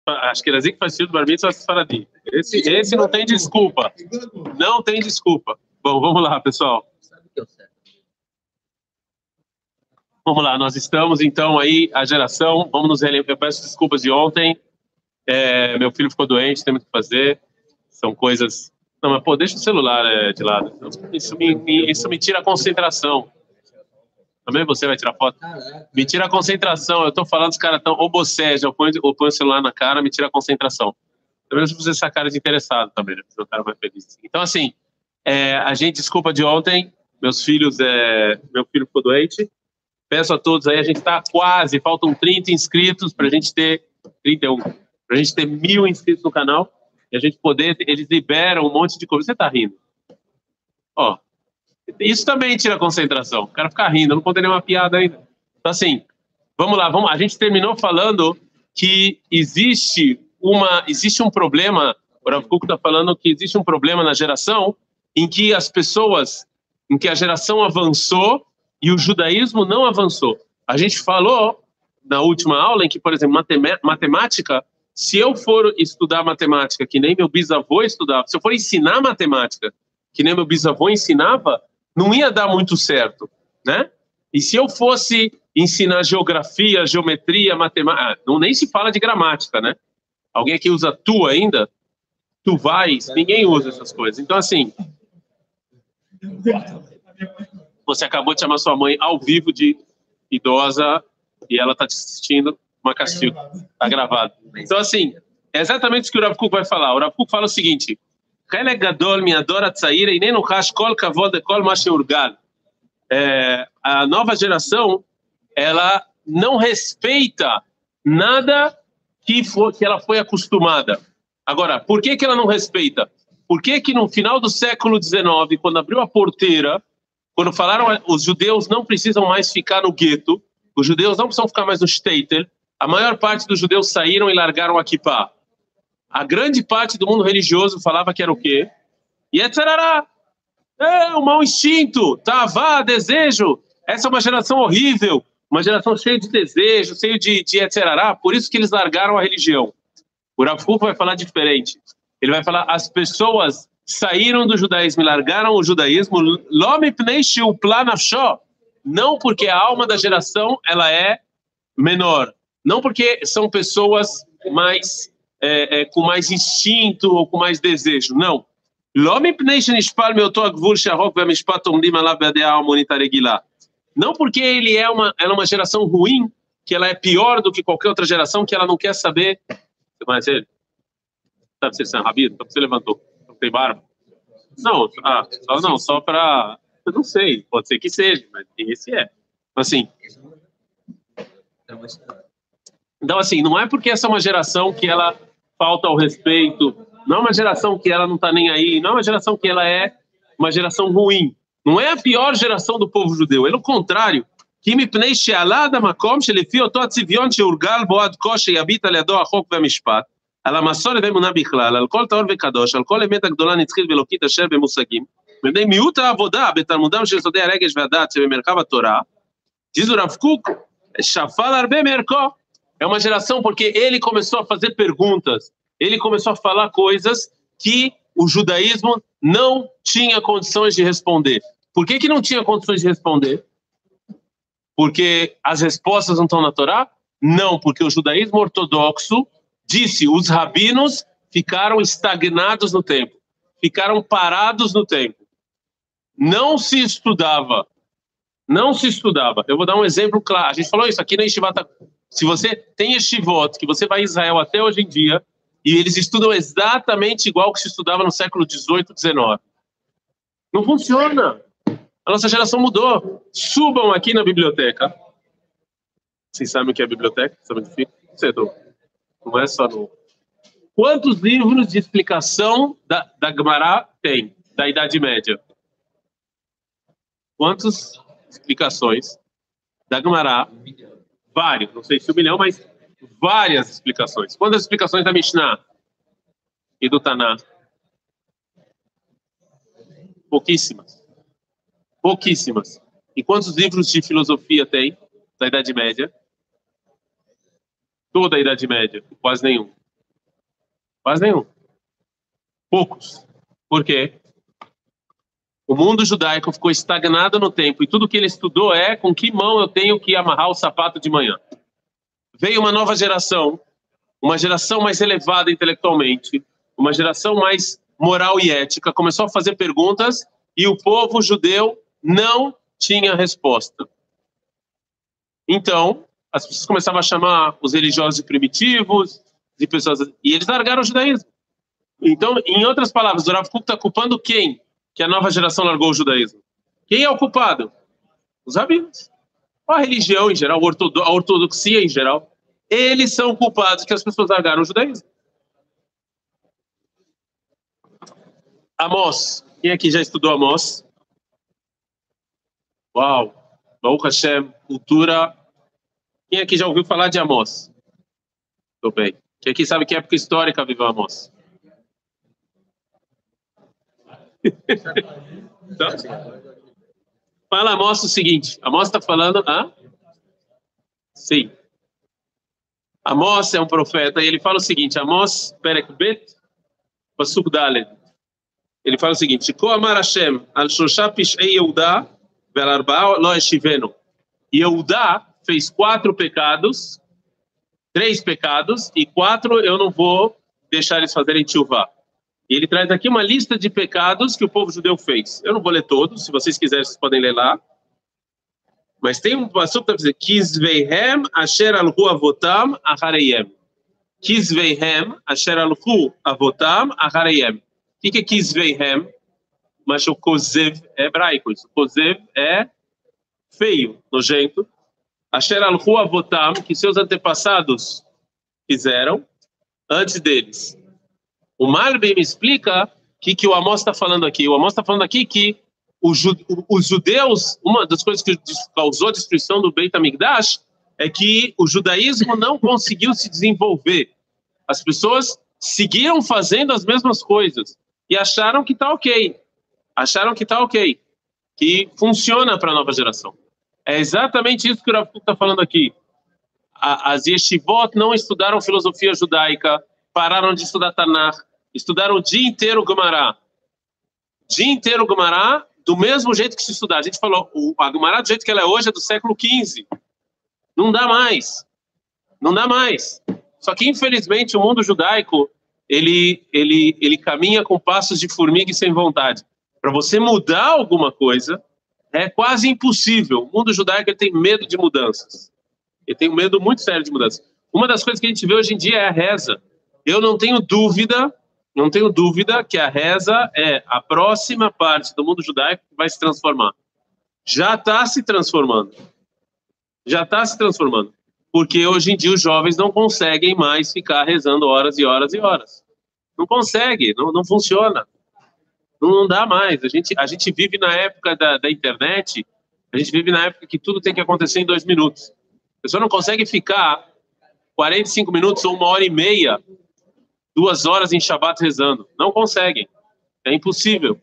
Ashkenazi que faz filho do Bar Mitzvah Sfaradi. Esse não tem desculpa. Não tem desculpa. Bom, vamos lá, pessoal. Vamos lá, nós estamos então aí, a geração, vamos nos relembrar. Eu peço desculpas de ontem. Meu filho ficou doente, tem muito o que fazer. São coisas... Não, mas pô, deixa o celular de lado. Isso me tira a concentração. Também você vai tirar foto? Me tira a concentração. Eu tô falando, os caras estão ou boceja, ou põe o celular na cara, me tira a concentração. Também não precisa essa cara de interessado também, né? O cara vai feliz. Então, assim, a gente, desculpa de ontem, meu filho ficou doente. Peço a todos aí, a gente está quase, faltam 30 inscritos para a gente ter 31, para a gente ter 1000 inscritos no canal e a gente poder, eles liberam um monte de coisa. Você está rindo? Ó, isso também tira a concentração. O cara fica rindo, eu não contei nenhuma piada ainda. Então assim, vamos lá, a gente terminou falando que existe um problema, o Rav Kuk está falando que existe um problema na geração em que a geração avançou e o judaísmo não avançou. A gente falou na última aula em que, por exemplo, matemática, se eu for estudar matemática que nem meu bisavô estudava, se eu for ensinar matemática que nem meu bisavô ensinava, não ia dar muito certo, né? E se eu fosse ensinar geografia, geometria, matemática, nem se fala de gramática, né? Alguém aqui usa tu ainda? Tu vais? Ninguém usa essas coisas. Então, assim... Você acabou de chamar sua mãe ao vivo de idosa e ela está te assistindo, uma castigo. Está gravado. Então, assim, é exatamente o que o Rav Kuk vai falar. O Rav Kuk fala o seguinte: a nova geração, ela não respeita nada que ela foi acostumada. Agora, por que ela não respeita? Por que no final do século XIX, quando abriu a porteira, quando falaram os judeus não precisam mais ficar no gueto, os judeus não precisam ficar mais no shtetl, a maior parte dos judeus saíram e largaram a kippah. A grande parte do mundo religioso falava que era o quê? Yetzirará. O mau instinto, tavá, desejo. Essa é uma geração horrível, uma geração cheia de desejo, cheia de Yetzirará, por isso que eles largaram a religião. O Rav Kuk vai falar diferente. Ele vai falar, as pessoas saíram do judaísmo e largaram o judaísmo, não porque a alma da geração ela é menor, não porque são pessoas mais com mais instinto ou com mais desejo, não. Não porque ela é uma geração ruim, que ela é pior do que qualquer outra geração, que ela não quer saber. Você conhece ele? Sabe se ele é rabino? Só porque você levantou. Tem barba? Não, só para... Eu não sei, pode ser que seja, mas esse é. Assim. Então, assim, não é porque essa é uma geração que ela falta ao respeito, não é uma geração que ela não está nem aí, não é uma geração que ela é uma geração ruim. Não é a pior geração do povo judeu, é o contrário. כי מפני שעלה עד המקום שלפי אותו הצביון שהורגל בו עד כה שיביט על ידו החוק והמשפט, על המסורת והאמונה בכלל, על כל טהור וקדוש, על כל אמת הגדולה נצחית ואלוקית אשר במושגים, מפני מיעוט העבודה בתלמודם של יסודי הרגש והדת שבמרכב התורה, diz o Rav Kuk, שפל הרבה מערכו. É uma geração porque ele começou a fazer perguntas, ele começou a falar coisas que o judaísmo não tinha condições de responder. Por que não tinha condições de responder? Porque as respostas não estão na Torá? Não, porque o judaísmo ortodoxo disse, os rabinos ficaram estagnados no tempo, ficaram parados no tempo. Não se estudava. Eu vou dar um exemplo claro. A gente falou isso aqui na Yeshivat. Se você tem Yeshivot, que você vai a Israel até hoje em dia, e eles estudam exatamente igual que se estudava no século XVIII, XIX. Não funciona. A nossa geração mudou. Subam aqui na biblioteca. Vocês sabem o que é biblioteca? Sabem o que fica? Não é só no... Quantos livros de explicação da Gemara tem, da Idade Média? Quantas explicações da Gemara? Vários, não sei se 1 milhão, mas várias explicações. Quantas explicações da Mishnah e do Taná? Pouquíssimas. E quantos livros de filosofia tem da Idade Média? Toda a Idade Média, quase nenhum. Quase nenhum. Poucos. Por quê? O mundo judaico ficou estagnado no tempo e tudo que ele estudou é com que mão eu tenho que amarrar o sapato de manhã. Veio uma nova geração, uma geração mais elevada intelectualmente, uma geração mais moral e ética, começou a fazer perguntas e o povo judeu não tinha resposta. Então, as pessoas começavam a chamar os religiosos de primitivos, de pessoas, e eles largaram o judaísmo. Então, em outras palavras, o Rav Kook está culpando quem? Que a nova geração largou o judaísmo. Quem é o culpado? Os rabinos. A religião em geral, a ortodoxia em geral. Eles são culpados que as pessoas largaram o judaísmo. Amós. Quem aqui já estudou Amós? Uau. Baruch Hashem, cultura. Quem aqui já ouviu falar de Amós? Tô bem. Quem aqui sabe que época histórica viveu Amós? Então, fala Amós o seguinte. Amós está falando... Sim. Amós é um profeta e ele fala o seguinte. Amós, Perek Bet, Pasuk Daled. Ele fala o seguinte. Ko amar Hashem al shosha pish'ei Yehuda vel arba'a lo eshivenu. Yehuda fez 4 pecados, 3 pecados, e 4 eu não vou deixar eles fazerem tchuvá. E ele traz aqui uma lista de pecados que o povo judeu fez. Eu não vou ler todos, se vocês quiserem, vocês podem ler lá. Mas tem um passuco que está dizendo Kizveihem asher alhu avotam achareyem. Kizveihem asher alhu avotam achareyem. O que é Kizveihem? Mas o kozev é hebraico. O kozev é feio, nojento. Asher alhu avotam, que seus antepassados fizeram antes deles. O Malbi me explica o que o Amós está falando aqui. O Amós está falando aqui que os judeus, uma das coisas que causou a destruição do Beit HaMikdash é que o judaísmo não conseguiu se desenvolver. As pessoas seguiram fazendo as mesmas coisas e acharam que está ok. Acharam que está ok. Que funciona para a nova geração. É exatamente isso que o Rav Kook está falando aqui. As yeshivot não estudaram filosofia judaica, pararam de estudar Tanakh, estudaram o dia inteiro Gemara. Dia inteiro Gemara, do mesmo jeito que se estudar. A gente falou, a Gemara do jeito que ela é hoje é do século XV. Não dá mais. Não dá mais. Só que, infelizmente, o mundo judaico, ele caminha com passos de formiga e sem vontade. Para você mudar alguma coisa, é quase impossível. O mundo judaico ele tem medo de mudanças. Ele tem um medo muito sério de mudanças. Uma das coisas que a gente vê hoje em dia é a reza. Eu não tenho dúvida que a reza é a próxima parte do mundo judaico que vai se transformar. Já está se transformando. Já está se transformando. Porque hoje em dia os jovens não conseguem mais ficar rezando horas e horas e horas. Não consegue, não funciona. Não dá mais. A gente vive na época da internet, a gente vive na época que tudo tem que acontecer em 2 minutos. A pessoa não consegue ficar 45 minutos ou 1h30, 2 horas em Shabbat rezando. Não conseguem. É impossível.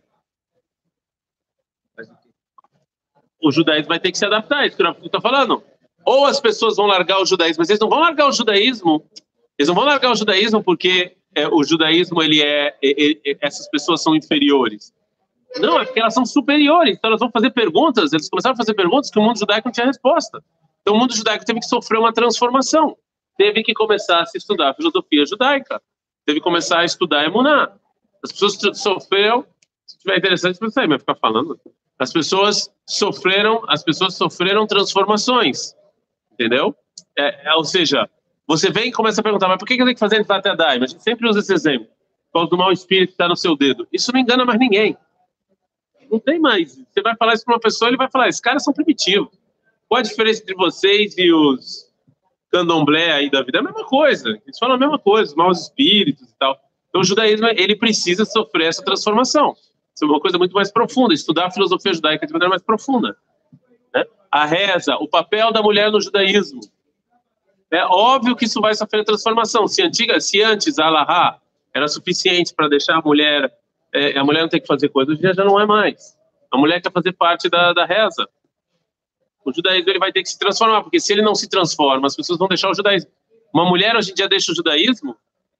O judaísmo vai ter que se adaptar, é isso que o está falando. Ou as pessoas vão largar o judaísmo, mas eles não vão largar o judaísmo. Eles não vão largar o judaísmo porque o judaísmo, essas pessoas são inferiores. Não, é porque elas são superiores. Então elas vão fazer perguntas, eles começaram a fazer perguntas que o mundo judaico não tinha resposta. Então o mundo judaico teve que sofrer uma transformação. Teve que começar a se estudar a filosofia judaica. Teve que começar a estudar Emuná. As pessoas sofreram, se tiver interessante, você vai ficar falando. As pessoas sofreram transformações. Entendeu? Ou seja, você vem e começa a perguntar, mas por que eu tenho que fazer Netilat Yadayim? A gente sempre usa esse exemplo. Por causa do mau espírito que está no seu dedo. Isso não engana mais ninguém. Não tem mais. Você vai falar isso para uma pessoa, ele vai falar, esses caras são primitivos. Qual a diferença entre vocês e os candomblé aí da vida? É a mesma coisa. Eles falam a mesma coisa, os maus espíritos e tal. Então o judaísmo, ele precisa sofrer essa transformação. Isso é uma coisa muito mais profunda. Estudar a filosofia judaica de maneira mais profunda. Né? A reza, o papel da mulher no judaísmo. É óbvio que isso vai sofrer transformação. Se antes a Alahá era suficiente para deixar a mulher não ter que fazer coisa, hoje já não é mais. A mulher quer fazer parte da reza. O judaísmo ele vai ter que se transformar, porque se ele não se transforma, as pessoas vão deixar o judaísmo. Uma mulher hoje em dia deixa o judaísmo,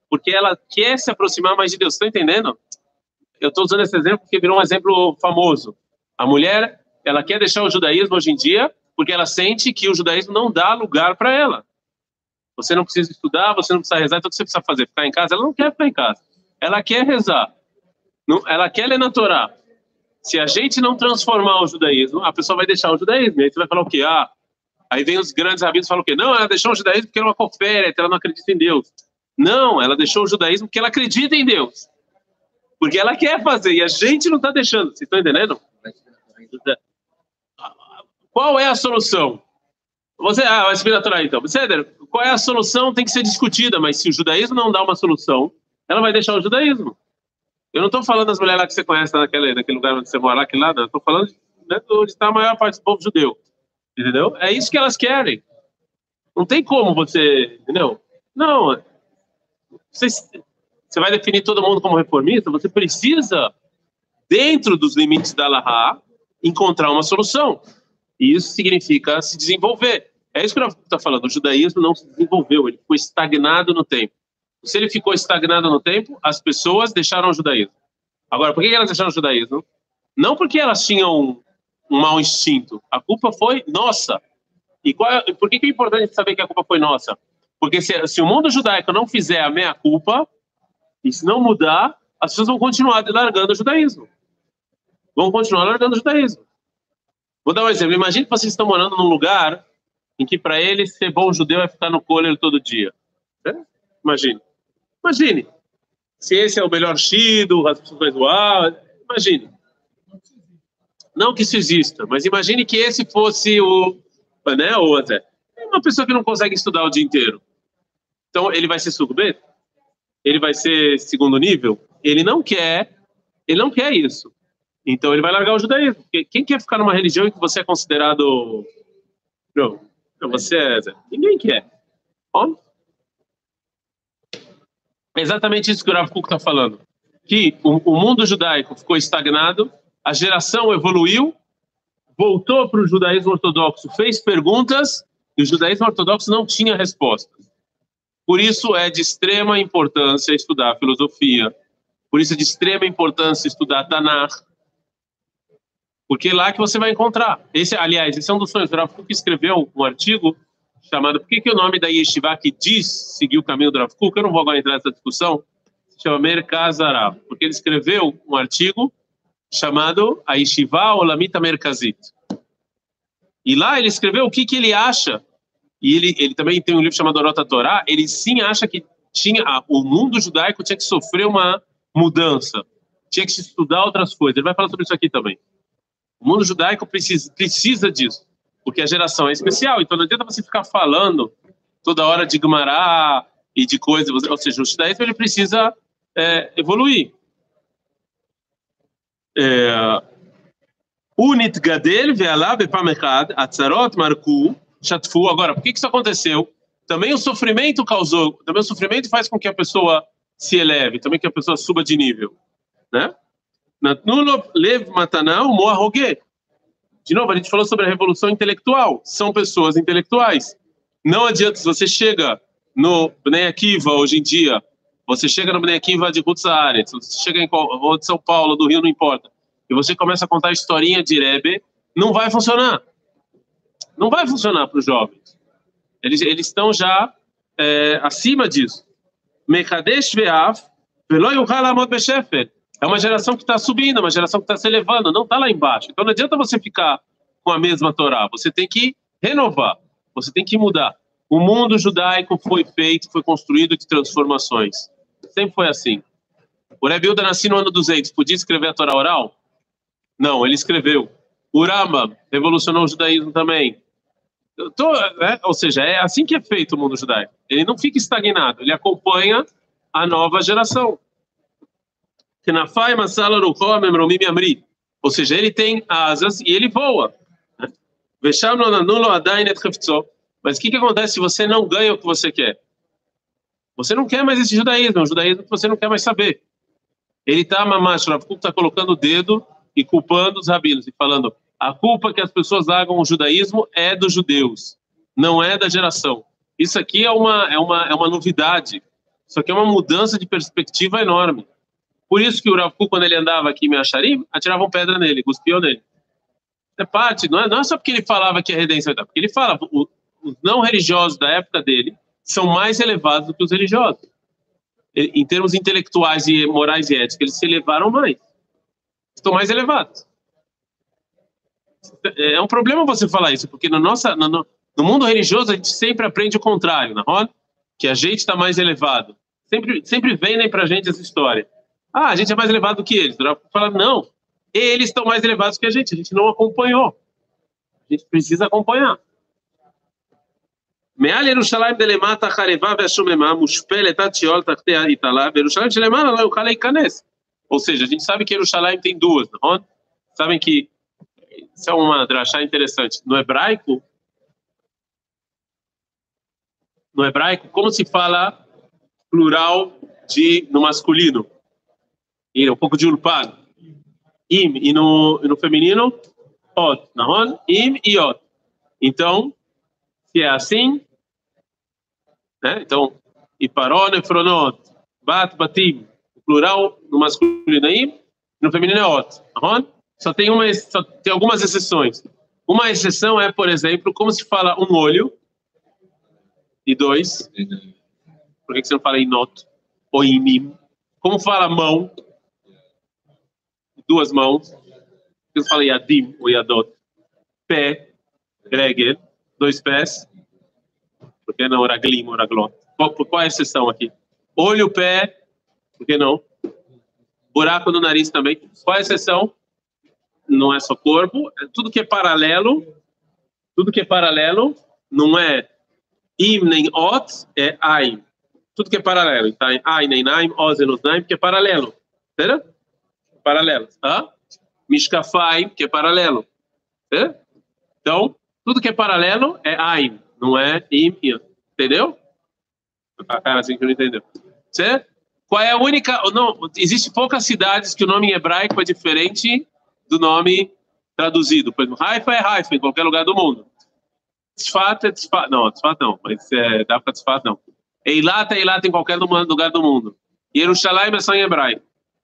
porque ela quer se aproximar mais de Deus. Estão entendendo? Eu estou usando esse exemplo porque virou um exemplo famoso. A mulher, ela quer deixar o judaísmo hoje em dia porque ela sente que o judaísmo não dá lugar para ela. Você não precisa estudar, você não precisa rezar, então o que você precisa fazer? Ficar em casa? Ela não quer ficar em casa. Ela quer rezar. Ela quer ler na Torá. Se a gente não transformar o judaísmo, a pessoa vai deixar o judaísmo. E aí você vai falar o quê? Aí vem os grandes rabinos e falam o quê? Não, ela deixou o judaísmo porque ela é uma coféria, ela não acredita em Deus. Não, ela deixou o judaísmo porque ela acredita em Deus. Porque ela quer fazer, e a gente não está deixando. Vocês estão entendendo? Qual é a solução? Vai se virar a Torá então. Qual é a solução? Tem que ser discutida, mas se o judaísmo não dá uma solução, ela vai deixar o judaísmo. Eu não estou falando das mulheres lá que você conhece naquele lugar onde você mora lá, não. Eu estou falando de onde está a maior parte do povo judeu. Entendeu? É isso que elas querem. Não tem como você... Entendeu? Não. Você vai definir todo mundo como reformista, você precisa, dentro dos limites da Allahá, encontrar uma solução. E isso significa se desenvolver. É isso que o Rav está falando. O judaísmo não se desenvolveu, ele ficou estagnado no tempo. Se ele ficou estagnado no tempo, as pessoas deixaram o judaísmo. Agora, por que elas deixaram o judaísmo? Não porque elas tinham um mau instinto. A culpa foi nossa. E por que é importante saber que a culpa foi nossa? Porque se o mundo judaico não fizer a meia-culpa, e se não mudar, as pessoas vão continuar largando o judaísmo. Vão continuar largando o judaísmo. Vou dar um exemplo. Imagine que vocês estão morando num lugar em que para eles ser bom judeu é ficar no kollel todo dia. Imagine. Se esse é o melhor shido, as pessoas mais uau, imagine. Não que isso exista, mas imagine que esse fosse uma pessoa que não consegue estudar o dia inteiro. Então ele vai ser subbet? Ele vai ser segundo nível? Ele não quer isso. Então ele vai largar o judaísmo. Porque quem quer ficar numa religião em que você é considerado... Não, ninguém quer. Ó. É exatamente isso que o Rav Kook está falando. Que o mundo judaico ficou estagnado, a geração evoluiu, voltou para o judaísmo ortodoxo, fez perguntas, e o judaísmo ortodoxo não tinha respostas. Por isso é de extrema importância estudar filosofia. Por isso é de extrema importância estudar Tanakh. Porque é lá que você vai encontrar. Esse é um dos sonhos. O Rav Kook escreveu um artigo chamado Por que o nome da Yeshiva que diz seguir o caminho do Rav Kook? Eu não vou agora entrar nessa discussão. Se chama Merkaz Harav. Porque ele escreveu um artigo chamado A Yeshiva Olamita Merkazit. E lá ele escreveu o que ele acha. E ele também tem um livro chamado Orot HaTorah. Ele sim acha que o mundo judaico tinha que sofrer uma mudança. Tinha que se estudar outras coisas. Ele vai falar sobre isso aqui também. O mundo judaico precisa disso. Porque a geração é especial. Então não adianta você ficar falando toda hora de Gumará e de coisas. Ou seja, o judaísmo ele precisa evoluir. Unit Gadel ve'alá bepam echad atzarot marku shatfu. Agora, por que isso aconteceu? Também o sofrimento faz com que a pessoa se eleve, também que a pessoa suba de nível, né? Natnulo lev matanau moarogue. De novo, a gente falou sobre a revolução intelectual. São pessoas intelectuais. Não adianta, se você chega no Bnei Akiva hoje em dia, você chega no Bnei Akiva de Hutz Haaretz, você chega ou de São Paulo, do Rio, não importa, e você começa a contar a historinha de Rebbe, não vai funcionar. Não vai funcionar para os jovens. Eles estão já acima disso. Mekadesh ve'af velo yuchal lamod beshefer. É uma geração que está subindo, uma geração que está se elevando, não está lá embaixo. Então não adianta você ficar com a mesma Torá, você tem que renovar, você tem que mudar. O mundo judaico foi construído de transformações. Sempre foi assim. O Rebbe Yehuda nasceu no ano 200, podia escrever a Torá oral? Não, ele escreveu. O Rambam revolucionou o judaísmo também. Ou seja, é assim que é feito o mundo judaico. Ele não fica estagnado, ele acompanha a nova geração. Ou seja, ele tem asas e ele voa. Mas o que acontece se você não ganha o que você quer? Você não quer mais esse judaísmo, é um judaísmo que você não quer mais saber. Ele está, o Rav Kook está colocando o dedo e culpando os rabinos e falando: a culpa que as pessoas largam o judaísmo é dos judeus, não é da geração. Isso aqui é uma novidade. Só que é uma mudança de perspectiva enorme. Por isso que o Rav Kuk, quando ele andava aqui em Meacharim, atiravam pedra nele, cuspiam nele. É parte, não é só porque ele falava que a redenção é porque ele fala, os não religiosos da época dele são mais elevados do que os religiosos. Em termos intelectuais e morais e éticos, eles se elevaram mais. Estão mais elevados. É um problema você falar isso, porque no mundo religioso a gente sempre aprende o contrário, não? Que a gente está mais elevado. Sempre vendem para a gente essa história. Ah, a gente é mais elevado do que eles. Fala, não, eles estão mais elevados que a gente não acompanhou. A gente precisa acompanhar. מעל ירושלים דלמטה חרבה והשוממה מושפלת עד שיעול תחתיה יתעלה וירושלים שלמעלה לא יוכל להיכנס. Ou seja, a gente sabe que Jerusalém tem duas, não? Sabem que isso é uma drachá interessante. No hebraico, como se fala plural no masculino? E um pouco de urpad. Im, e no feminino, od, não? Im e od. Então, se é assim, né? Então, iparó, nefronot, bat, batim, o plural no masculino é im, no feminino é od, não? Só tem algumas exceções. Uma exceção é, por exemplo, como se fala um olho e dois. Por que você não fala inot ou imim? Como fala mão? Duas mãos. Por que você fala yadim ou yadot? Pé, regel, dois pés. Por que não raglim ou raglot? Qual é a exceção aqui? Olho, pé, por que não? Buraco no nariz também. Qual é a exceção? Não é só corpo, tudo que é paralelo não é im nem ot, é aim. Tudo que é paralelo, tá? Ain nem naim, oz nem naim, que é paralelo, entendeu? Paralelo, tá? Mishkafai, que é paralelo, entendeu? Então, tudo que é paralelo é aim, não é im, entendeu? A cara assim que não entendeu. Certo? Qual é a única? Não, existe poucas cidades que o nome em hebraico é diferente do nome traduzido. Por exemplo, Haifa é Haifa em qualquer lugar do mundo. Tzfat é Tzfat. Não, Tzfat não, mas Dafka Tzfat não. Eilat é Eilat em qualquer lugar do mundo. Jerusalém é só em hebraico.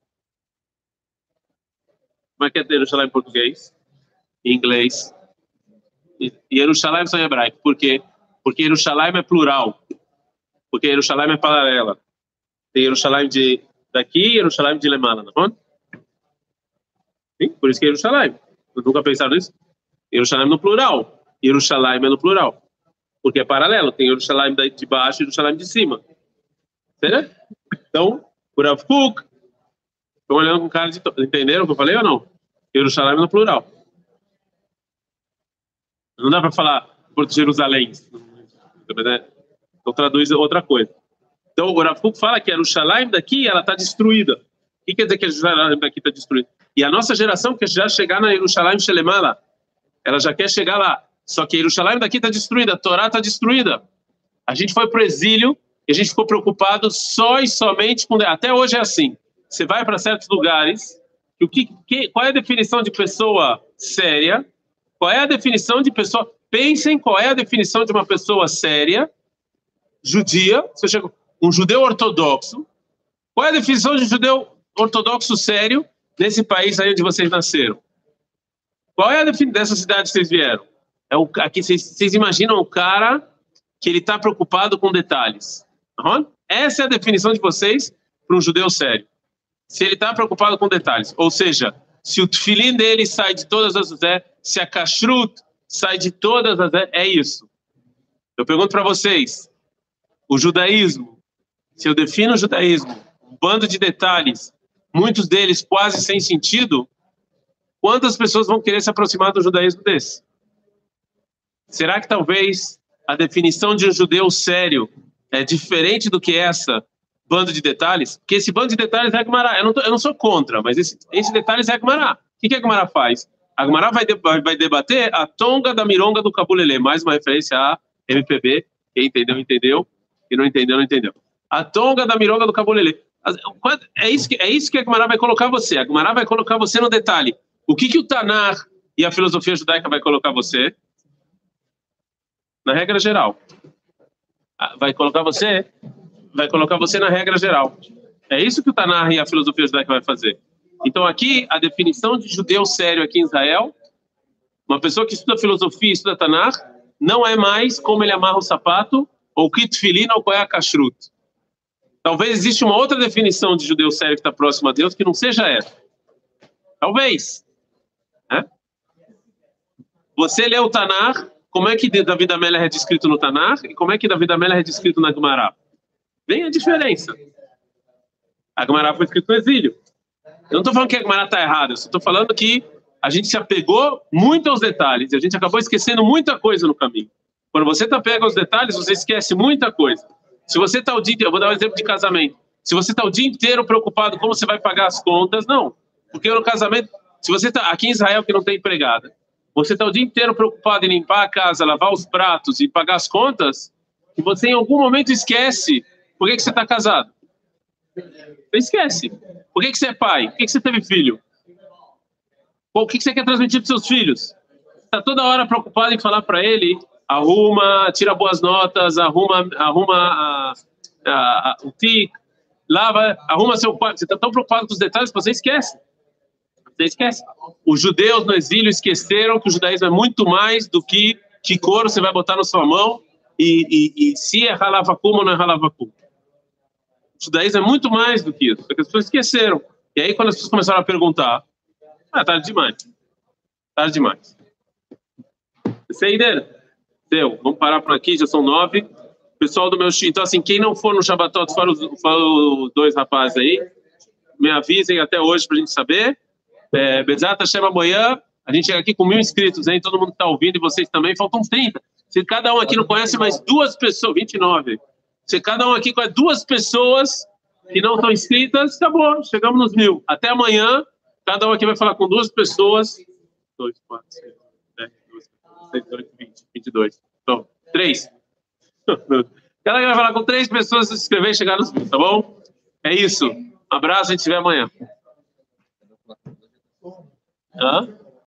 Como é que é Jerusalém em português? Em inglês. E Jerusalém é só em hebraico. Por quê? Porque Jerusalém é plural. Porque Jerusalém é paralela. Tem Jerusalém daqui e Jerusalém de Lemana, não é? Sim, por isso que é Jerusalém. Nunca pensaram nisso? Jerusalém no plural. Jerusalém é no plural. Porque é paralelo. Tem Jerusalém de baixo e Jerusalém de cima. Certo? Então, por Rav Kuk, estão olhando com cara de... Entenderam o que eu falei ou não? Jerusalém no plural. Não dá para falar Porto Jerusalém. Então traduz outra coisa. Então o Rav Kuk fala que a Jerusalém daqui ela está destruída. O que quer dizer que a Jerusalém daqui está destruída? E a nossa geração quer já chegar na Jerusalém Shelemala. Ela já quer chegar lá. Só que a Jerusalém daqui está destruída, a Torá está destruída. A gente foi para o exílio e a gente ficou preocupado só e somente com... Até hoje é assim. Você vai para certos lugares, qual é a definição de pessoa séria? Qual é a definição de pessoa... Pensem qual é a definição de uma pessoa séria, judia, você chega, um judeu ortodoxo. Qual é a definição de judeu ortodoxo sério nesse país aí onde vocês nasceram? Qual é a definição dessa cidade que vocês vieram? Aqui vocês imaginam o cara que ele está preocupado com detalhes. Uhum. Essa é a definição de vocês para um judeu sério. Se ele está preocupado com detalhes. Ou seja, se o tefilim dele sai de todas as... se a kashrut sai de todas as... É isso. Eu pergunto para vocês, o judaísmo, se eu defino o judaísmo, um bando de detalhes, muitos deles quase sem sentido, quantas pessoas vão querer se aproximar do judaísmo desse? Será que talvez a definição de um judeu sério é diferente do que essa bando de detalhes? Porque esse bando de detalhes é a Gemara. Eu não sou contra, mas esse detalhes é a Gemara. O que a Gemara faz? A Gemara vai debater a tonga da mironga do Kabulele, mais uma referência a MPB. Quem entendeu, entendeu. Quem não entendeu, não entendeu. A tonga da mironga do Kabulele. É isso que a Gemara vai colocar você. A Gemara vai colocar você no detalhe. O que o Tanakh e a filosofia judaica vai colocar você? Na regra geral. Vai colocar você vai colocar você na regra geral. É isso que o Tanakh e a filosofia judaica vai fazer. Então aqui, a definição de judeu sério aqui em Israel, uma pessoa que estuda filosofia e estuda Tanakh, não é mais como ele amarra o sapato, ou que tefilin ou qual é a kashrut. Talvez exista uma outra definição de judeu sério que está próximo a Deus que não seja essa. Talvez. Né? Você lê o Tanakh, como é que David Amelech é descrito no Tanakh e como é que David Amelech é descrito na Gemara? Vem a diferença. A Gemara foi escrita no exílio. Eu não estou falando que a Gemara está errada, eu só estou falando que a gente se apegou muito aos detalhes e a gente acabou esquecendo muita coisa no caminho. Quando você está apegado aos detalhes, você esquece muita coisa. Se você está o dia inteiro, eu vou dar um exemplo de casamento. Se você está o dia inteiro preocupado como você vai pagar as contas, não. Porque no casamento, se você está aqui em Israel que não tem empregada, você está o dia inteiro preocupado em limpar a casa, lavar os pratos e pagar as contas, e você em algum momento esquece por que você está casado. Você esquece. Por que você é pai? Por que você teve filho? O que você quer transmitir para seus filhos? Está toda hora preocupado em falar para ele, arruma, tira boas notas, arruma o tic, lava, arruma seu quarto. Você está tão preocupado com os detalhes que você esquece. Você esquece. Os judeus no exílio esqueceram que o judaísmo é muito mais do que couro você vai botar na sua mão e se é halavakum ou não é halavakum. O judaísmo é muito mais do que isso, porque as pessoas esqueceram. E aí quando as pessoas começaram a perguntar, tarde demais. Tarde demais. Você aí dele? Deu. Vamos parar por aqui, já são 9. Pessoal do meu... Então, assim, quem não for no Shabbatot, fala os dois rapazes aí. Me avisem até hoje pra gente saber. Bezat Hashem amanhã, a gente chega aqui com 1.000 inscritos, hein? Todo mundo que tá ouvindo e vocês também, faltam 30. Se cada um aqui não conhece mais 2 pessoas, 29. Se cada um aqui conhece 2 pessoas que não estão inscritas, tá bom, chegamos nos 1.000. Até amanhã, cada um aqui vai falar com 2 pessoas. 2, 4, 6, 10, 12, 16, 18, 20, 22. Então, 3. Cada um vai falar com 3 pessoas, se inscrever e chegar nos 1.000, tá bom? É isso. Um abraço, a gente se vê amanhã. Hã?